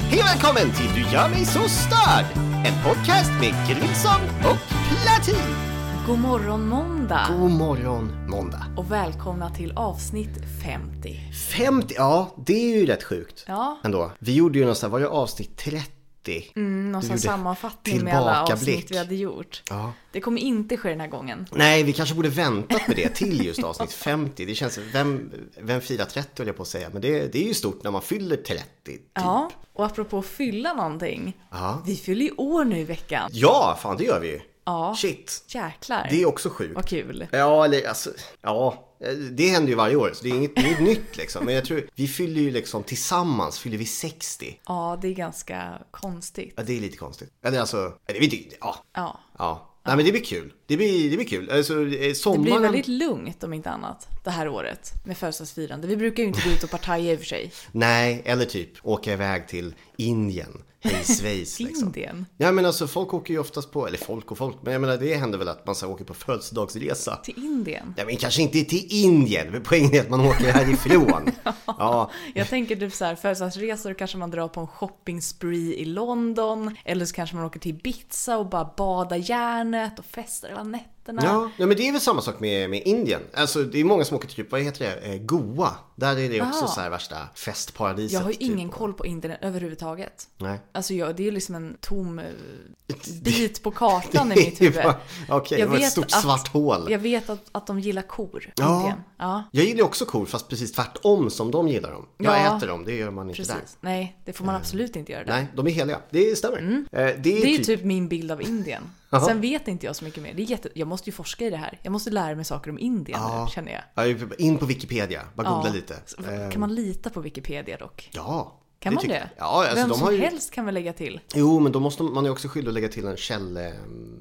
Hej välkommen till Du gör mig så störd! En podcast med Grilson och Platin. God morgon måndag. God morgon måndag. Och välkomna till avsnitt 50. 50, ja det är ju rätt sjukt. Ja. Ändå. Vi gjorde ju någonstans, var det avsnitt 30? Någon sån sammanfattning med alla avsnitt vi hade gjort. Ja. Det kommer inte ske den här gången. Nej, vi kanske borde väntat med det till just avsnitt 50. Det känns, vem firar 30 höll jag på att säga. Men det är ju stort när man fyller 30 typ. Ja, och apropå fylla någonting. Ja. Vi fyller ju år nu i veckan. Ja, fan det gör vi ju. Ja. Shit. Jäklar. Det är också sjukt. Vad kul. Ja, eller alltså, ja. Det händer ju varje år, så det är inget nytt liksom. Men jag tror, vi fyller ju liksom tillsammans, fyller vi 60. Ja, det är ganska konstigt. Ja, det är lite konstigt. Eller alltså, det vet inte, ja. Ja. Nej, men det blir kul. Det blir kul. Alltså, sommaren... Det blir väldigt lugnt om inte annat det här året med födelsedagsfirande. Vi brukar ju inte gå ut och partaja i och för sig. Nej, eller typ åka iväg till Indien. Hej Schweiz liksom. Indien? Ja, men alltså folk åker ju oftast på, eller folk, men jag menar det händer väl att man så åker på födelsedagsresa. Till Indien? Ja, men kanske inte till Indien, men poängen är att man åker härifrån. Ja. Jag tänker typ så här, födelsedagsresor kanske man drar på en shopping spree i London, eller så kanske man åker till Ibiza och bara badar järnet och festar hela nätterna. Ja, men det är väl samma sak med Indien. Alltså det är många som åker till typ, vad heter det? Goa. Där är det också så här värsta festparadiset. Jag har ju typ. ingen koll på Indien överhuvudtaget. Nej. Alltså det är liksom en tom bit på kartan i mitt huvud. Okej, det var ett stort svart hål. Jag vet att de gillar kor. Ja. Indien. Ja. Jag gillar också kor, fast precis tvärtom som de gillar dem. Jag äter dem, det gör man inte precis. där. Nej, det får man absolut inte göra där. Nej, de är heliga. Det stämmer. Det är typ min bild av Indien. Sen vet inte jag så mycket mer. Jag måste ju forska i det här. Jag måste lära mig saker om Indien nu, känner jag. Ja, in på Wikipedia, bara googla lite. Kan man lita på Wikipedia dock? Ja. Kan man det? Ja, alltså vem de som har ju... helst kan väl lägga till. Jo, men då måste man är också skyldig att lägga till en källor.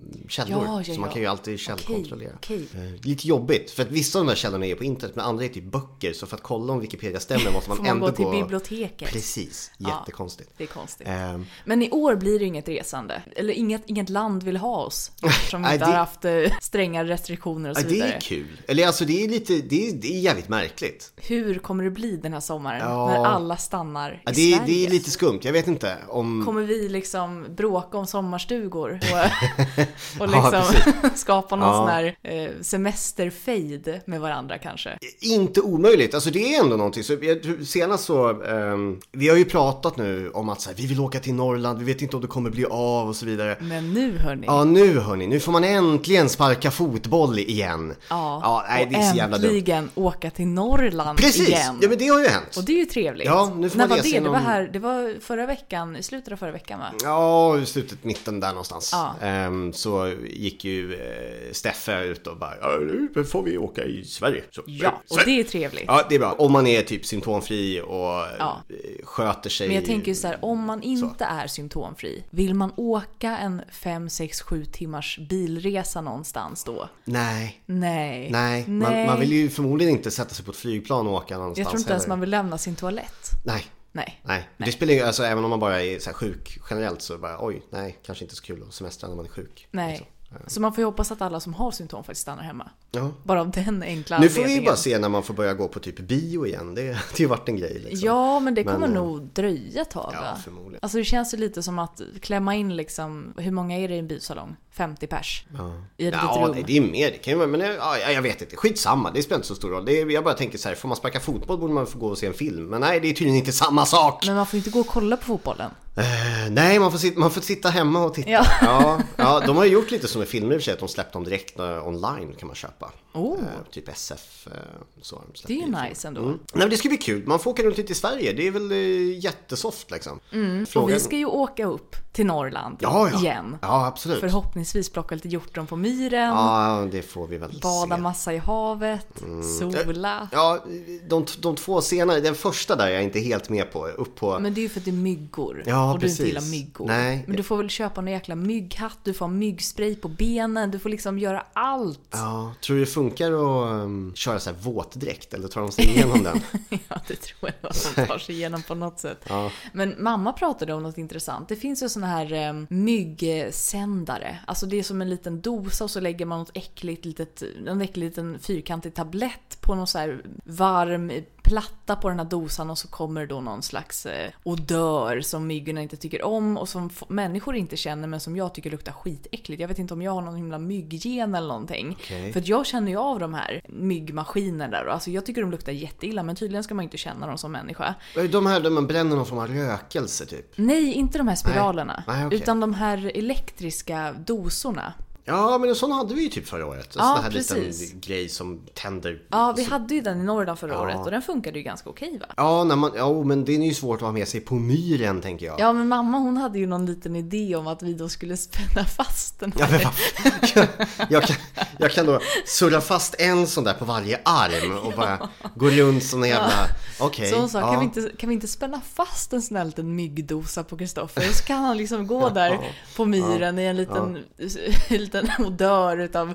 Så man kan ju alltid källkontrollera. Okej. Lite jobbigt, för att vissa av de där källorna är på internet, men andra är typ böcker. Så för att kolla om Wikipedia stämmer måste man får man ändå gå till biblioteket. Precis, jättekonstigt. Det är konstigt. Men i år blir det inget resande. Eller inget land vill ha oss. Eftersom vi inte har haft stränga restriktioner och så vidare. Det är kul. Eller alltså det är lite, det är jävligt märkligt. Hur kommer det bli den här sommaren? När alla stannar i Sverige? Det är lite skumt, jag vet inte om... Kommer vi liksom bråka om sommarstugor och liksom skapa någon sån här semesterfejd med varandra kanske? Inte omöjligt, alltså det är ändå någonting. Så senast så, vi har ju pratat nu om att så här, vi vill åka till Norrland, vi vet inte om det kommer bli av och så vidare. Men nu hörni. Ja, nu får man äntligen sparka fotboll igen. Ja, nej, det är så jävla dumt. Äntligen åka till Norrland Precis. igen. Ja, men det har ju hänt. Och det är ju trevligt. Ja, nu får man var det? Det var förra veckan, i slutet av förra veckan va? Ja, i slutet, mitten där någonstans. Ja. Så gick ju Steffe ut och bara, nu får vi åka i Sverige. Så, ja, och det är trevligt. Ja, det är bra. Om man är typ symptomfri och sköter sig. Men jag tänker ju så här, om man inte är symptomfri, vill man åka en 5, 6, 7 timmars bilresa någonstans då? Nej. Man vill ju förmodligen inte sätta sig på ett flygplan och åka någonstans. Jag tror inte ens man vill lämna sin toalett. Nej. Det spelar ju, alltså även om man bara är så här sjuk generellt så bara, kanske inte så kul att semestra när man är sjuk. Nej. Liksom. Så man får ju hoppas att alla som har symptom faktiskt stannar hemma. Ja. Bara av den enkla Nu får vi ju bara se när man får börja gå på typ bio igen. Det har ju varit en grej liksom. Ja, men det kommer nog dröja ett tag. Ja, förmodligen. Alltså det känns ju lite som att klämma in liksom, hur många är det i en biosalong? 50 pers i ett litet rum. Nej, det är mer, det kan ju vara, men jag vet inte, skitsamma, det spelar inte så stor roll. Jag bara tänker så här, får man sparka fotboll borde man få gå och se en film. Men nej, det är tydligen inte samma sak. Men man får inte gå och kolla på fotbollen. Nej, man får sitta hemma och titta. Ja, de har ju gjort lite som med filmer i och för sig, att de släppte dem direkt online kan man köpa. Typ SF så. Det är ju nice ändå. Nej, men det ska bli kul. Man får åka runt lite i Sverige. Det är väl jättesoft liksom. Och vi ska ju åka upp till Norrland igen. Ja, absolut. Förhoppningsvis plocka lite hjortron på myren. Ja, det får vi väl bada massa i havet. Sola. Ja, de två senare, den första där är jag inte helt med på. Men det är ju för att det är myggor. Ja, och precis. du inte gillar myggor. Nej. Men du får väl köpa en jäkla mygghatt. Du får ha myggspray på benen. Du får liksom göra allt. Ja, tror du det funkar att köra så här våtdräkt? Eller tar de sig igenom den? Ja, det tror jag att de tar sig igenom på något sätt. Ja. Men mamma pratade om något intressant. Det finns ju såna här myggsändare. Alltså det är som en liten dosa och så lägger man en äcklig liten fyrkantig tablett på någon så här varm platta på den här dosan och så kommer det då någon slags odör som myggorna inte tycker om och som människor inte känner men som jag tycker luktar skitäckligt. Jag vet inte om jag har någon himla mygggen eller någonting. Okay. För att jag känner ju av de här myggmaskinerna där. Alltså jag tycker de luktar jätteilla men tydligen ska man inte känna dem som människa. De här där man bränner någon form av rökelse typ? Nej, inte de här spiralerna. Nej, okay. Utan de här elektriska dosorna. Ja, men en sån hade vi ju typ förra året. Ja, sån här precis. Liten grej som tänder. Ja, vi hade ju den i Norrland förra året och den funkade ju ganska okej, va? Ja, men det är ju svårt att ha med sig på myren, tänker jag. Ja, men mamma hon hade ju någon liten idé om att vi då skulle spänna fast den här. Ja, jag kan då surra fast en sån där på varje arm och bara gå runt såna jävla... Okay, så hon sa, kan vi inte spänna fast en sån här liten myggdosa på Kristoffer? Så kan han liksom gå där på myren i en liten odör utav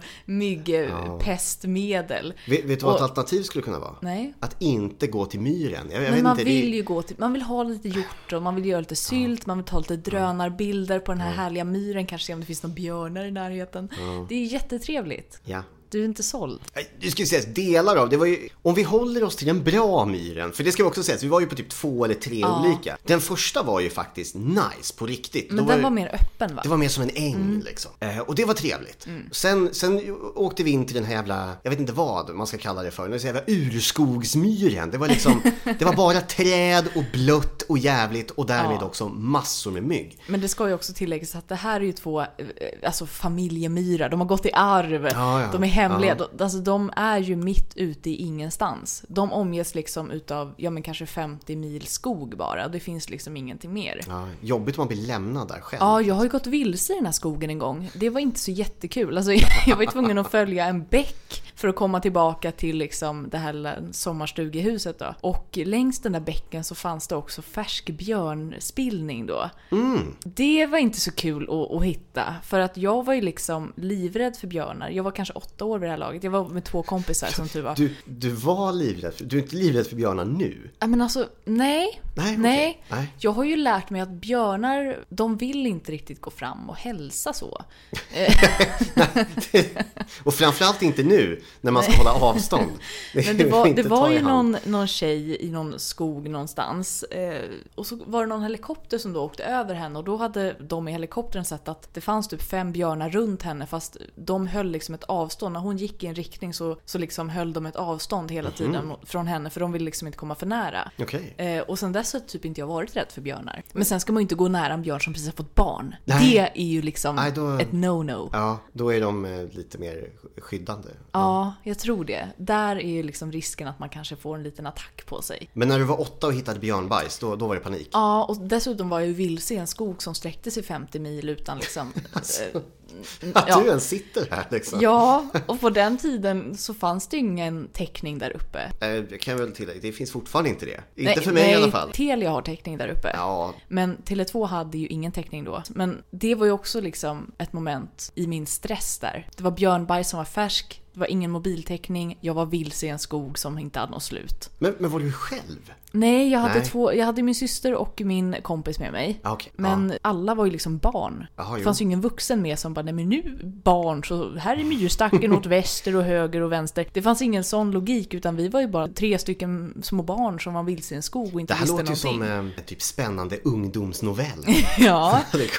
myggpestmedel. Vet du vad ett alternativ skulle kunna vara? Nej. Att inte gå till myren. Men man vill ju gå till, man vill ha lite hjort och man vill göra lite sylt, man vill ta lite drönarbilder på den här härliga myren, kanske se om det finns några björnar i närheten. Det är jättetrevligt. Ja. Du är inte såld. Du skulle säga delar av det var ju, om vi håller oss till den bra myren, för det ska vi också säga, vi var ju på typ 2 eller 3 olika. Den första var ju faktiskt nice på riktigt. Men den var mer öppen, va? Det var mer som en äng liksom. Och det var trevligt. Sen åkte vi in till den här jävla, jag vet inte vad man ska kalla det för, den jävla urskogsmyren. Det var liksom, det var bara träd och blött och jävligt och därmed också massor med mygg. Men det ska ju också tilläggas att det här är ju 2 alltså familjemyrar. De har gått i arv. De är hemliga. Alltså de är ju mitt ute i ingenstans. De omges liksom utav kanske 50 mil skog bara. Det finns liksom ingenting mer. Ja, jobbigt om man blir lämnad där själv. Ja, jag har ju gått vilse i den här skogen en gång. Det var inte så jättekul. Alltså, jag var ju tvungen att följa en bäck för att komma tillbaka till liksom det här sommarstugehuset då. Och längs den där bäcken så fanns det också färsk björnspillning då. Det var inte så kul att hitta. För att jag var ju liksom livrädd för björnar. Jag var kanske 8 år vid det här laget. Jag var med 2 kompisar som tur var. Du var livrädd. Du är inte livrädd för björnar nu? Ja, men alltså, nej. Jag har ju lärt mig att björnar, de vill inte riktigt gå fram och hälsa så. Och framförallt inte nu när man ska hålla avstånd. Men det var ju någon tjej i någon skog någonstans. Och så var det någon helikopter som då åkte över henne. Och då hade de i helikoptern sett att det fanns typ 5 björnar runt henne. Fast de höll liksom ett avstånd. När hon gick i en riktning så liksom höll de ett avstånd hela tiden från henne. För de ville liksom inte komma för nära. Okay. Och sen dess har typ inte jag varit rädd för björnar. Men sen ska man ju inte gå nära en björn som precis har fått barn. Nej. Det är ju liksom ett no-no. Ja, då är de lite mer skyddande. Ja, jag tror det. Där är ju liksom risken att man kanske får en liten attack på sig. Men när du var 8 och hittade björnbajs, då var det panik? Ja, och dessutom var jag ju vilse i en skog som sträckte sig 50 mil utan liksom... Att du ens sitter här liksom. Ja, och på den tiden så fanns det ingen täckning där uppe. Jag kan väl tillägga, det finns fortfarande inte det. Inte för mig i alla fall. Telia har täckning där uppe. Ja. Men Tele2 hade ju ingen täckning då. Men det var ju också liksom ett moment i min stress där. Det var björnbajs som var färsk. Det var ingen mobiltäckning. Jag var vilse i en skog som inte hade något slut. Men var du själv? Nej, jag hade min syster och min kompis med mig. Okay. Men alla var ju liksom barn. Aha, det fanns ju ingen vuxen med som bara, nej men nu barn, så här är myrstacken åt väster och höger och vänster. Det fanns ingen sån logik, utan vi var ju bara 3 stycken små barn som var vilse i en skog och inte visste någonting. Det här låter ju som en typ spännande ungdomsnovell. Ja,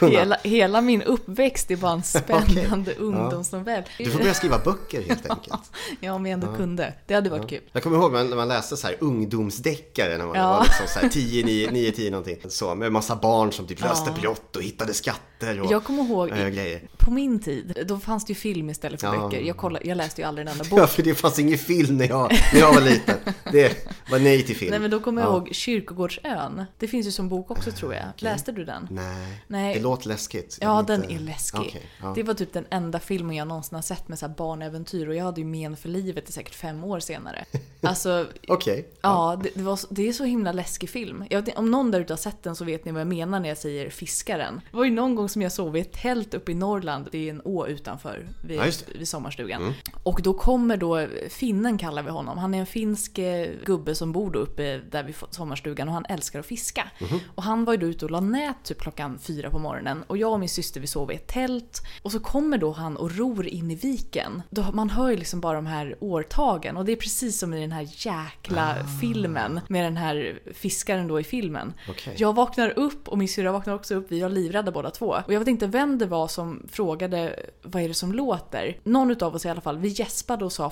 hela min uppväxt är bara en spännande ungdomsnovell. Du får börja skriva böcker helt enkelt. Ja, om vi ändå kunde. Det hade varit kul. Jag kommer ihåg när man läste så här ungdomsdeckare när man var liksom så här 9-10 någonting. Så med massa barn som typ löste brott och hittade skatter och jag kommer ihåg grejer. På min tid, då fanns det ju film istället för böcker. Jag läste ju aldrig en enda bok. Ja, för det fanns ingen film när jag var liten. Det var nej till film. Nej, men då kommer jag ihåg Kyrkogårdsön. Det finns ju som bok också, tror jag. Okay. Läste du den? Nej. Det låter läskigt. Den är läskig. Okay. Det var typ den enda filmen jag någonsin har sett med så här barnäventyr, och jag hade ju men för livet i säkert 5 år senare. Alltså, okej. Ja, det är så himla läskig film. Jag vet inte, om någon där ute har sett den så vet ni vad jag menar när jag säger fiskaren. Det var ju någon gång som jag sov i ett tält uppe i Norrland. Det är en å utanför vid sommarstugan. Och då kommer då finnen, kallar vi honom. Han är en finsk gubbe som bor då uppe där vid sommarstugan, och han älskar att fiska. Och han var ju då ute och la nät typ klockan 4 på morgonen. Och jag och min syster, vi sov i ett tält. Och så kommer då han och ror in i viken. Man hör hör ju liksom bara de här årtagen. Och det är precis som i den här jäkla filmen med den här fiskaren då i filmen. Okay. Jag vaknar upp och min syrra vaknar också upp. Vi var livrädda båda två. Och jag vet inte vem det var som frågade vad är det som låter. Någon utav oss i alla fall. Vi gäspade och sa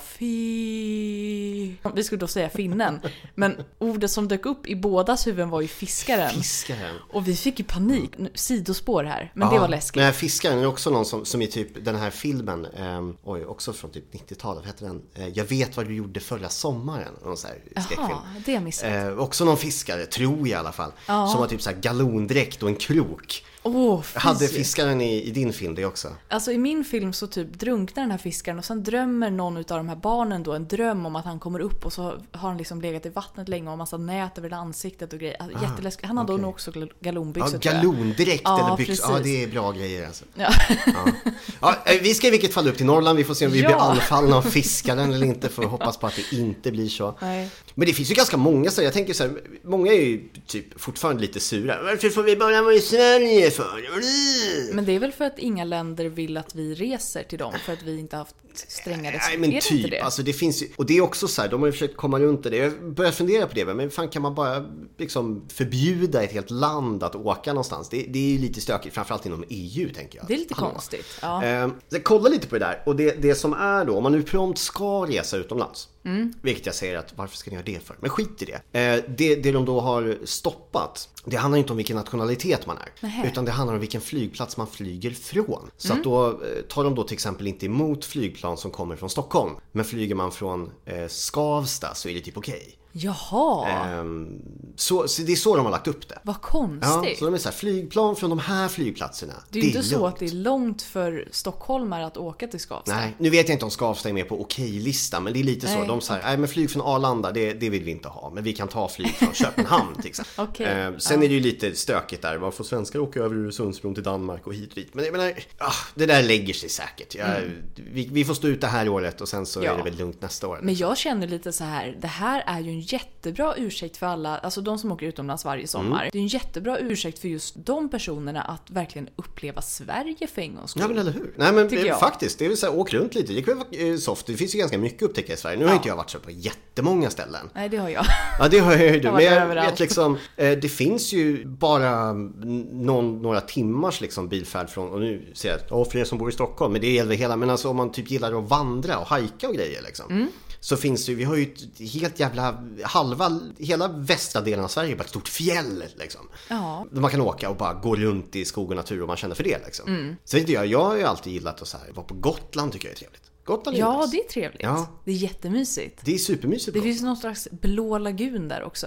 fy. Vi skulle då säga finnen. Men ordet som dök upp i bådas huvuden var ju fiskaren. Och vi fick ju panik. Sidospår här. Men det var läskigt. Men fiskaren är också någon som i typ den här filmen också från typ 90-talet heter den. Jag vet vad du gjorde förra sommaren. Någon så här skräckfilm. Jaha, det är missat. Också någon fiskare, tror jag i alla fall. Som har typ så här galondräkt och en krok. Hade fiskaren i din film det också? Alltså i min film så typ drunknar den här fiskaren och sen drömmer någon av de här barnen då en dröm om att han kommer upp och så har han liksom legat i vattnet länge och en massa nät över ansiktet och grejer. Alltså, jätteläskigt. Han hade nog också galonbyxor. Ja, galondräkt eller byxor. Ja, det är bra grejer alltså. Vi ska i vilket fall upp till Norrland. Vi får se om vi blir anfallna av fiskaren eller inte, för att hoppas på att det inte blir så. Nej. Men det finns ju ganska många så jag tänker så här, många är ju typ fortfarande lite sura. Varför får vi bara vara i Sverige för? Men det är väl för att inga länder vill att vi reser till dem, för att vi inte har haft strängare. Nej, men typ, det? Alltså det finns ju, och det är också så här, de har ju försökt komma runt det. Jag börjar fundera på det, men fan kan man bara liksom förbjuda ett helt land att åka någonstans? Det är ju lite stökigt, framförallt inom EU tänker jag. Det är lite konstigt. Ja. Jag kollar lite på det där, och det som är då, om man nu prompt ska resa utomlands, vilket jag säger att varför ska ni göra det för? Men skit i det. Det de då har stoppat, det handlar inte om vilken nationalitet man är, utan det handlar om vilken flygplats man flyger från. Så att då tar de då till exempel inte emot flygplan som kommer från Stockholm, men flyger man från Skavsta så är det typ okej. Jaha. Så det är så de har lagt upp det. Vad konstigt. Ja, så de är så här, flygplan från de här flygplatserna. Det är ju inte så att det är långt för stockholmare att åka till Skavsta. Nej, nu vet jag inte om Skavsta är med på okej-listan, men det är lite så. De säger, nej men flyg från Arlanda, det vill vi inte ha. Men vi kan ta flyg från Köpenhamn till exempel. Sen är det ju lite stökigt där. Varför får svenskar åka över Öresundsbron till Danmark och hit och dit? Men jag menar, det där lägger sig säkert. Vi får stå ut det här året och sen så är det väl lugnt nästa år. Men jag känner lite så här, det här är ju en jättebra ursäkt för alla, alltså de som åker utomlands varje sommar. Det är en jättebra ursäkt för just de personerna att verkligen uppleva Sverige för en gångs skull. Ja, men eller hur? Nej, men faktiskt, det är väl så här, åk runt lite. Det kan vara soft. Det finns ju ganska mycket upptäcka i Sverige. Nu har inte jag varit så på jättemånga ställen. Nej, det har jag. Ja, det har jag ju. Men jag vet liksom, det finns ju bara några timmars liksom bilfärd från, och nu ser jag att fler som bor i Stockholm, men det gäller hela, men alltså om man typ gillar att vandra och hajka och grejer liksom. Så finns det, vi har ju ett helt jävla hela västra delen av Sverige bara ett stort fjäll liksom. Ja. Man kan åka och bara gå runt i skog och natur och man känner för det liksom. Så vet inte jag har ju alltid gillat att så här, vara på Gotland, tycker jag är trevligt. Gotland ja, det är trevligt. Ja. Det är jättemysigt. Det är supermysigt. Det finns någon slags blå lagun där också.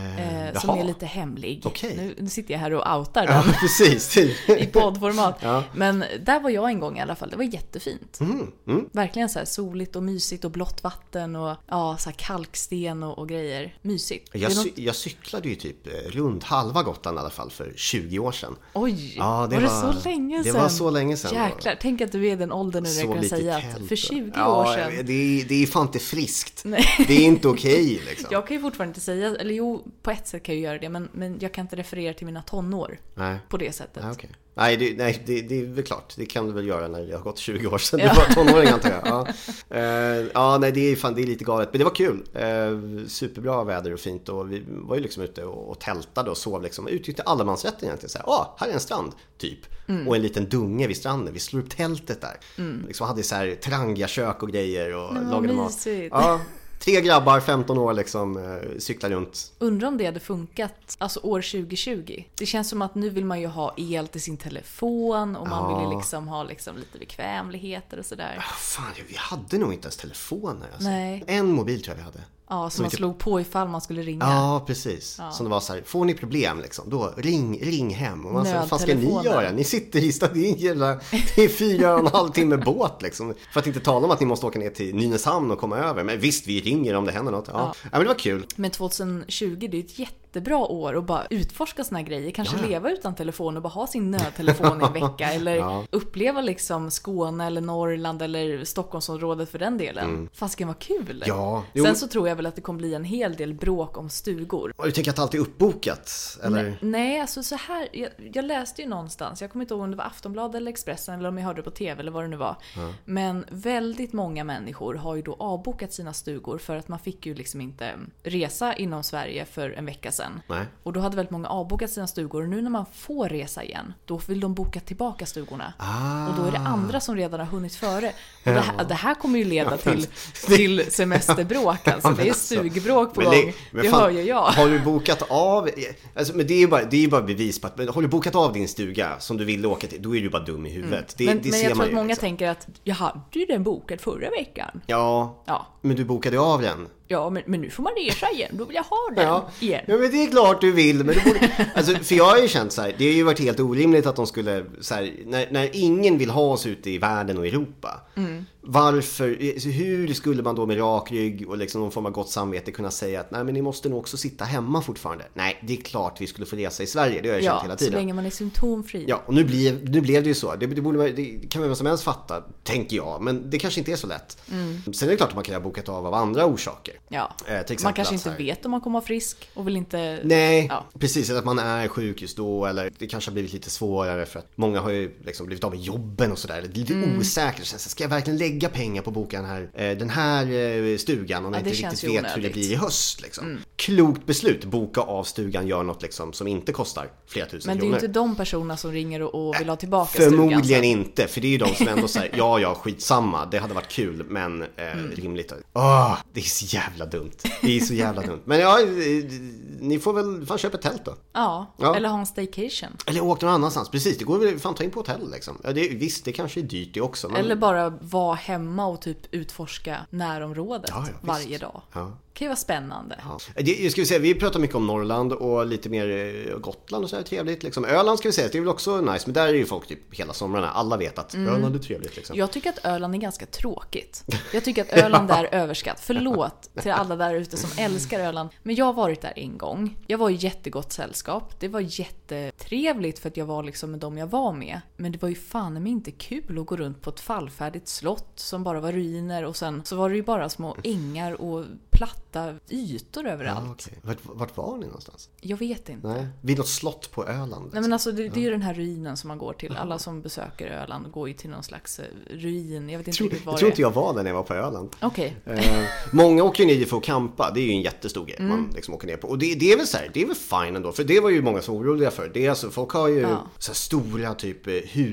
Som är lite hemlig. Okay. Nu sitter jag här och outar den. Ja, precis. I poddformat. Ja. Men där var jag en gång i alla fall. Det var jättefint. Verkligen så här soligt och mysigt och blått vatten och så här kalksten och grejer. Mysigt. Jag cyklade ju typ runt halva Gotland i alla fall för 20 år sedan. Oj, var det så länge sedan? Det var så länge sedan. Jäklar, tänk att du är den åldern nu när jag kan säga att för 20 år sedan. Det är fan inte friskt. Nej. Det är inte okej liksom. Jag kan ju fortfarande inte säga, eller jo, på ett sätt kan jag göra det, men jag kan inte referera till mina tonår på det sättet. Okay. Nej, det är väl klart. Det kan du väl göra när jag har gått 20 år sedan. Det var tonåring antar jag. Nej, det är lite galet. Men det var kul. Superbra väder och fint. Och vi var ju liksom ute och tältade och sov liksom. Utgick till allemansrätten egentligen. Så här är en strand, typ. Och en liten dunge vid stranden. Vi slår upp tältet där. Liksom hade så här trangiakök och grejer. Och lagade mat. Ja. 3 grabbar, 15 år liksom, cyklar runt. Undrar om det hade funkat, alltså år 2020. Det känns som att nu vill man ju ha el till sin telefon och man vill ju liksom ha liksom lite bekvämligheter och sådär. Fan, vi hade nog inte ens telefoner. Alltså. Nej. En mobil tror jag vi hade. Ja, som man slog på ifall man skulle ringa. Ja, precis. Ja. Som det var så här, får ni problem liksom, då ring hem. Och man säger, vad ska ni göra? Ni sitter i stadien, det är 4,5 timme båt liksom. För att inte tala om att ni måste åka ner till Nynäshamn och komma över. Men visst, vi ringer om det händer något. Ja, men det var kul. Men 2020, det är ett jättebra år och bara utforska såna här grejer. Kanske leva utan telefon och bara ha sin nödtelefon i en vecka. Eller uppleva liksom Skåne eller Norrland eller Stockholmsområdet för den delen. Fasken var kul. Ja. Sen så tror jag väl att det kommer bli en hel del bråk om stugor. Och du tänker att allt är uppbokat? Eller? Nej, alltså så här. Jag läste ju någonstans. Jag kommer inte ihåg om det var Aftonbladet eller Expressen eller om jag hörde det på tv eller vad det nu var. Men väldigt många människor har ju då avbokat sina stugor för att man fick ju liksom inte resa inom Sverige för en vecka sedan. Nej. Och då hade väldigt många avbokat sina stugor och nu när man får resa igen, då vill de boka tillbaka stugorna. Och då är det andra som redan har hunnit före. Och det här kommer ju leda till semesterbråk alltså. Det är stugbråk på gång. Det hör ju jag. Har du bokat av, alltså, men det är ju bara bevis på att, men har du bokat av din stuga som du vill åka till, då är du bara dum i huvudet. Men jag tror att många tänker att jag hade ju den bokat förra veckan. Ja. Men du bokade av den. Ja, men nu får man resa igen. Då vill jag ha den igen. Ja, men det är klart du vill. Men du borde... alltså, för jag har ju känt så här, det har ju varit helt orimligt att de skulle, så här, när ingen vill ha oss ute i världen och Europa. Varför, hur skulle man då med rak rygg och liksom någon form av gott samvete kunna säga att nej, men ni måste nog också sitta hemma fortfarande. Nej, det är klart vi skulle få resa i Sverige, det har jag känt hela tiden. Så länge man är symptomfri. Ja, och nu blev det ju så. Det kan vem som helst fatta, tänker jag. Men det kanske inte är så lätt. Sen är det klart att man kan ha bokat av andra orsaker. Ja, man kanske inte vet om man kommer vara frisk och vill inte... Nej, precis, att man är sjuk just då. Eller det kanske har blivit lite svårare för att många har ju liksom blivit av med jobben och sådär. Det är lite osäkert. Så ska jag verkligen lägga pengar på att boka den här stugan om jag inte riktigt vet hur det blir i höst liksom. Klokt beslut, boka av stugan, gör något liksom som inte kostar flera tusen kronor. Men det är ju inte de personerna som ringer och vill ha tillbaka stugan. Förmodligen inte, för det är ju de som ändå säger ja, skitsamma, det hade varit kul, men rimligt. Det är så jävla dumt. Det är så jävla dumt. Men ni får väl fan köpa ett tält då. Ja, eller ha en staycation. Eller åka någon annanstans, precis. Det går väl fan ta in på hotell liksom. Ja, visst, det kanske är dyrt det också. Men... Eller bara vara hemma och typ utforska närområdet varje dag. Ja. Det kan ju vara spännande. Ja. Jag skulle säga, vi pratar mycket om Norrland och lite mer Gotland och så här trevligt liksom. Öland ska vi säga, det är väl också nice, men där är ju folk typ hela somrarna. Alla vet att Öland är trevligt liksom. Jag tycker att Öland är ganska tråkigt. Jag tycker att Öland är överskatt. Förlåt till alla där ute som älskar Öland, men jag har varit där en gång. Jag var i jättegott sällskap. Det var jättetrevligt för att jag var liksom med dem jag var med. Men det var ju fan mig inte kul att gå runt på ett fallfärdigt slott som bara var ruiner och sen så var det ju bara små ängar och platta ytor överallt. Ja, okay. Vart var ni någonstans? Jag vet inte. Nej, vid något slott på Öland. Liksom. Nej, men alltså det är ju den här ruinen som man går till. Alla som besöker Öland går ju till någon slags ruin. Jag vet inte riktigt vad det är. Jag tror inte jag var där när jag var på Öland. Okej. Många åker ner för att campa. Det är ju en jättestor grej man liksom åker ner på. Och det är väl så här, det är väl fine ändå. För det var ju många som var oroliga för. Det är alltså, folk har ju så här stora typ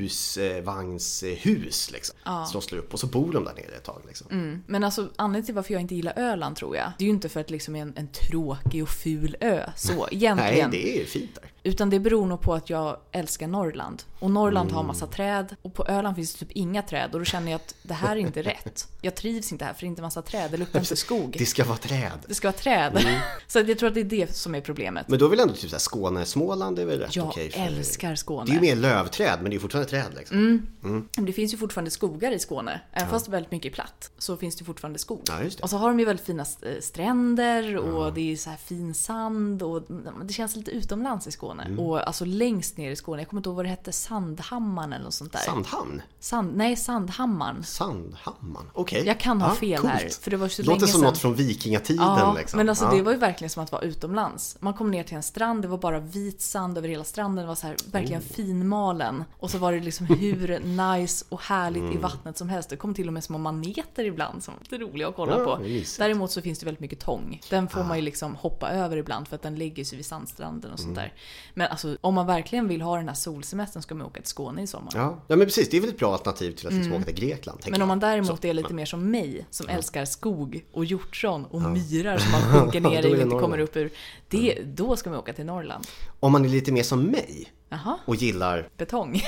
husvagnshus liksom. Som slår upp och så bor de där nere ett tag liksom. Men alltså anledningen till varför jag inte gillar Öland tror jag, det är ju inte för att liksom är en tråkig och ful ö så egentligen. Nej, det är fint där. Utan det beror nog på att jag älskar Norrland. Och Norrland har massa träd. Och på Öland finns det typ inga träd. Och då känner jag att det här är inte rätt. Jag trivs inte här för det är inte massa träd. Det luktar inte skog. Det ska vara träd. Det ska vara träd. Så jag tror att det är det som är problemet. Men då är väl ändå typ så här Skåne, Småland är väl rätt okej. Jag älskar Skåne. Det är ju mer lövträd, men det är fortfarande träd liksom. Det finns ju fortfarande skogar i Skåne. Även fast väldigt mycket är platt så finns det fortfarande skog. Ja, just det. Och så har de ju väldigt fina stränder och det är så här fin sand och det känns lite utomlands i Skåne. Och alltså längst ner i Skåne, jag kommer inte ihåg vad det hette, Sandhammaren eller något sånt där. Sandhamn? Sandhammaren. Sandhammaren, okej. Jag kan ha fel här, för det var så låter länge som sedan. Något från vikingatiden liksom. Men alltså det var ju verkligen som att vara utomlands. Man kom ner till en strand, det var bara vit sand över hela stranden, det var så här verkligen finmalen. Och så var det liksom hur nice och härligt i vattnet som helst. Det kom till och med små maneter ibland som är roliga att kolla på. Däremot så finns det väldigt mycket tång. Den får man ju liksom hoppa över ibland för att den ligger sig vid sandstranden och sånt där. Men alltså om man verkligen vill ha den här solsemestern ska man åka till Skåne i sommar. Ja, men precis, det är väl ett bra alternativ till att liksom åka till Grekland. Men om man däremot är lite mer som mig som älskar skog och hjortron och myrar som man sjunker ner i och inte kommer upp ur, då ska man åka till Norrland. Om man är lite mer som mig Aha. och gillar betong.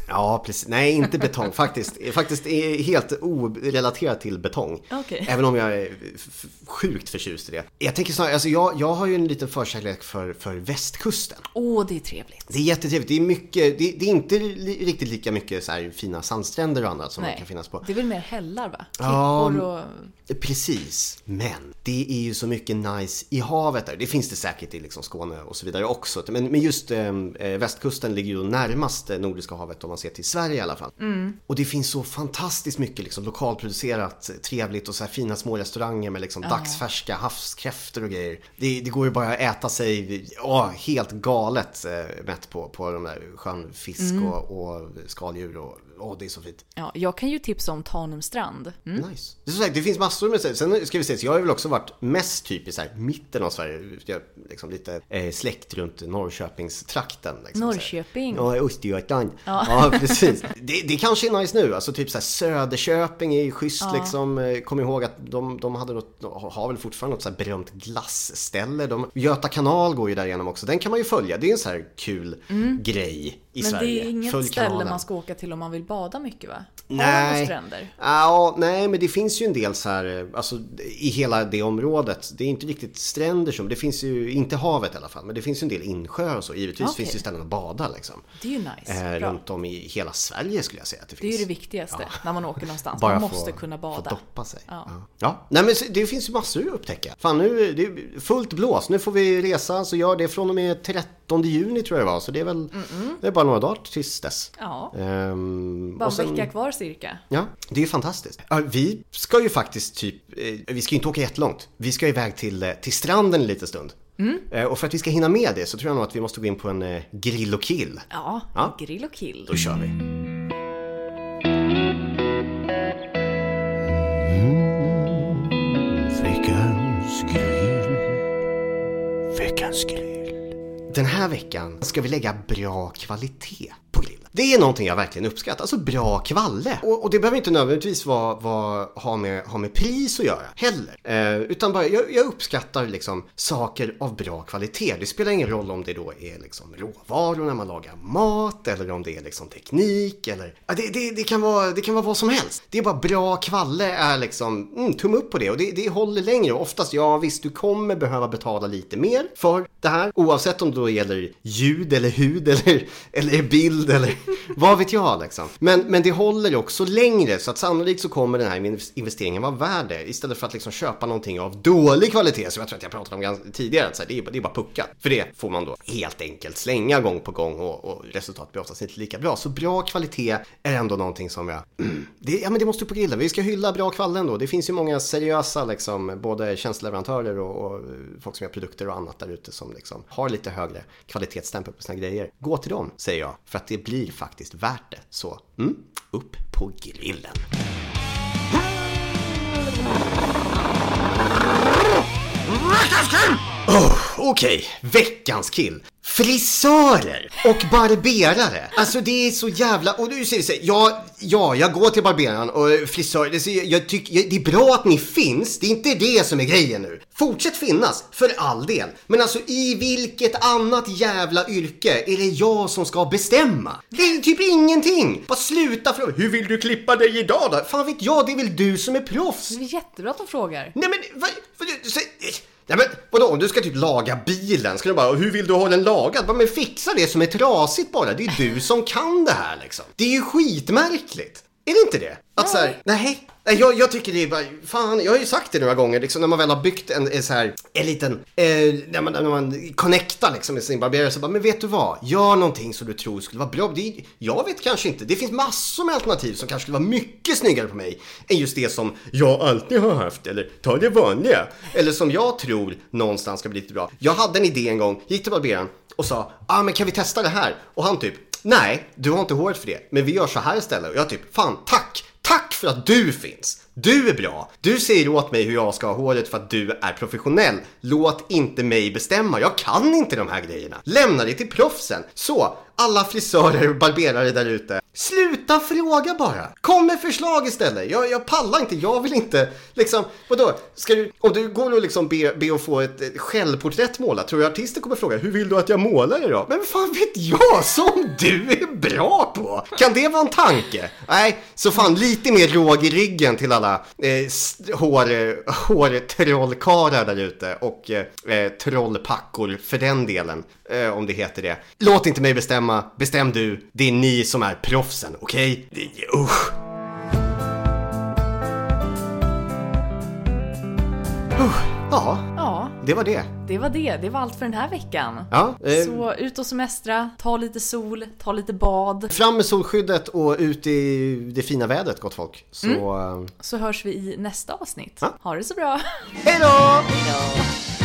Ja, precis. Nej, inte betong. Faktiskt är helt orelaterat till betong. Okay. Även om jag är sjukt förtjust i det. Jag tänker snarare, alltså jag har ju en liten förkärlek för västkusten. Det är trevligt. Det är jättetrevligt. Det är mycket, det är inte riktigt lika mycket så här fina sandstränder och annat som man kan finnas på. Det är väl mer hällar, va? Klippor och... Precis. Men det är ju så mycket nice i havet där. Det finns det säkert i liksom Skåne och så vidare också. Men just västkusten ligger ju närmast Nordiska havet om man ser till Sverige i alla fall. Och det finns så fantastiskt mycket liksom lokalproducerat, trevligt och så här fina små restauranger med liksom dagsfärska havskräftor och grejer. Det går ju bara att äta sig helt galet mätt på de där skönfisk och skaldjur och det är så fint. Ja, jag kan ju tipsa om Tanumstrand. Nice. Det finns massor med. Sen ska vi se, så jag har väl också varit mest typ i så här mitten av Sverige. Jag liksom lite släkt runt Norrköpingstrakten. Liksom, Norrköping? Ja, Östergötland. Ja, precis. Det kanske är nice nu. Alltså typ så här Söderköping är ju schysst liksom. Kom ihåg att de hade har väl fortfarande något så här berömt glassställe. Göta kanal går ju där igenom också. Den kan man ju följa. Det är en så här kul grej i Sverige. Men det är inget ställe man ska åka till om man vill bada mycket, va? Nej. Stränder. Ja, nej, men det finns ju en del så här, alltså i hela det området. Det är inte riktigt stränder som, det finns ju inte havet i alla fall, men det finns ju en del insjöar och så. Givetvis finns det ställen att bada liksom. Det är ju nice. Runt om i hela Sverige skulle jag säga att det finns. Det är ju det viktigaste när man åker någonstans. Bara man måste kunna bada. Få doppa sig. Ja. Nej, men det finns ju massor att upptäcka. Fan, nu det är fullt blås. Nu får vi resa, så gör det från och med 13 juni tror jag det var. Så det är väl det är bara några dagar tills dess. Ja. Bara en vecka kvar cirka. Ja, det är ju fantastiskt. Vi ska ju faktiskt typ, vi ska ju inte åka jättelångt. Vi ska iväg till stranden en liten stund. Och för att vi ska hinna med det så tror jag nog att vi måste gå in på en grill och kill. Ja, grill och kill. Då kör vi. Veckans grill. Den här veckan ska vi lägga bra kvalitet på grillen. Det är någonting jag verkligen uppskattar, alltså bra kvalle. Och det behöver inte nödvändigtvis ha med pris att göra heller. Utan bara, jag uppskattar liksom saker av bra kvalitet. Det spelar ingen roll om det då är liksom råvaror när man lagar mat, eller om det är liksom teknik, eller det kan vara vad som helst. Det är bara bra kvalle är liksom tumme upp på det, och det håller längre. Och oftast, visst, du kommer behöva betala lite mer för det här, oavsett om det då gäller ljud eller hud eller bild eller vad vet jag liksom. Men det håller också längre, så att sannolikt så kommer den här investeringen vara värd det, istället för att liksom köpa någonting av dålig kvalitet, som jag tror att jag pratade om ganska tidigare, att så här, det är bara puckat. För det får man då helt enkelt slänga gång på gång, och resultatet blir oftast inte lika bra. Så bra kvalitet är ändå någonting som men det måste på grillen. Vi ska hylla bra kvallen då. Det finns ju många seriösa liksom, både tjänsteleverantörer och folk som gör produkter och annat där ute som liksom har lite högre kvalitetsstämpel på sina grejer. Gå till dem, säger jag, för att det blir faktiskt värt det. Så, upp på grillen. Okej, veckans kill. Frisörer och barberare. Alltså det är så jävla... Och du säger så här, jag går till barberaren och frisör. Jag tycker det är bra att ni finns. Det är inte det som är grejen nu. Fortsätt finnas, för all del. Men alltså i vilket annat jävla yrke är det jag som ska bestämma? Det är typ ingenting. Bara sluta fråga. Hur vill du klippa dig idag då? Fan vet jag, det är väl du som är proffs. Det är jättebra att de frågar. Nej men, nej men vadå, om du ska typ laga bilen, ska du bara, hur vill du ha den lagad? Men fixa det som är trasigt bara, det är du som kan det här liksom. Det är ju skitmärkligt. Är det inte det? Att så här, nej, jag tycker det är bara, fan, jag har ju sagt det några gånger liksom, när man väl har byggt en så här, en liten, när man connectar liksom med sin barberare, så bara, men vet du vad? Gör någonting som du tror skulle vara bra. Jag vet kanske inte, det finns massor med alternativ som kanske skulle vara mycket snyggare på mig än just det som jag alltid har haft, eller ta det vanliga, eller som jag tror någonstans ska bli lite bra. Jag hade en idé en gång, gick till barberaren och sa, men kan vi testa det här? Och han typ, nej, du har inte håret för det, men vi gör så här istället. Och jag typ, fan, tack för att du finns. Du är bra. Du säger åt mig hur jag ska ha håret för att du är professionell. Låt inte mig bestämma. Jag kan inte de här grejerna. Lämna det till proffsen. Så, alla frisörer och barberare där ute, Sluta fråga bara. Kom med förslag istället. Jag pallar inte, jag vill inte liksom, vadå? Om du går och liksom be att få ett självporträtt målat, tror jag artister kommer fråga, hur vill du att jag målar det då? Men fan vet jag, som du är bra på. Kan det vara en tanke? Nej, så fan lite mer råg i ryggen till alla hårtrollkarlar där ute och trollpackor för den delen, om det heter det. Låt inte mig bestämma, bestäm du. Det är ni som är proffsen, okej? Usch. Ja, det var det. Det var allt för den här veckan. Ja, Så ut och semestra, ta lite sol, ta lite bad. Fram med solskyddet och ut i det fina vädret, gott folk. Så hörs vi i nästa avsnitt. Ha det så bra. Hej då!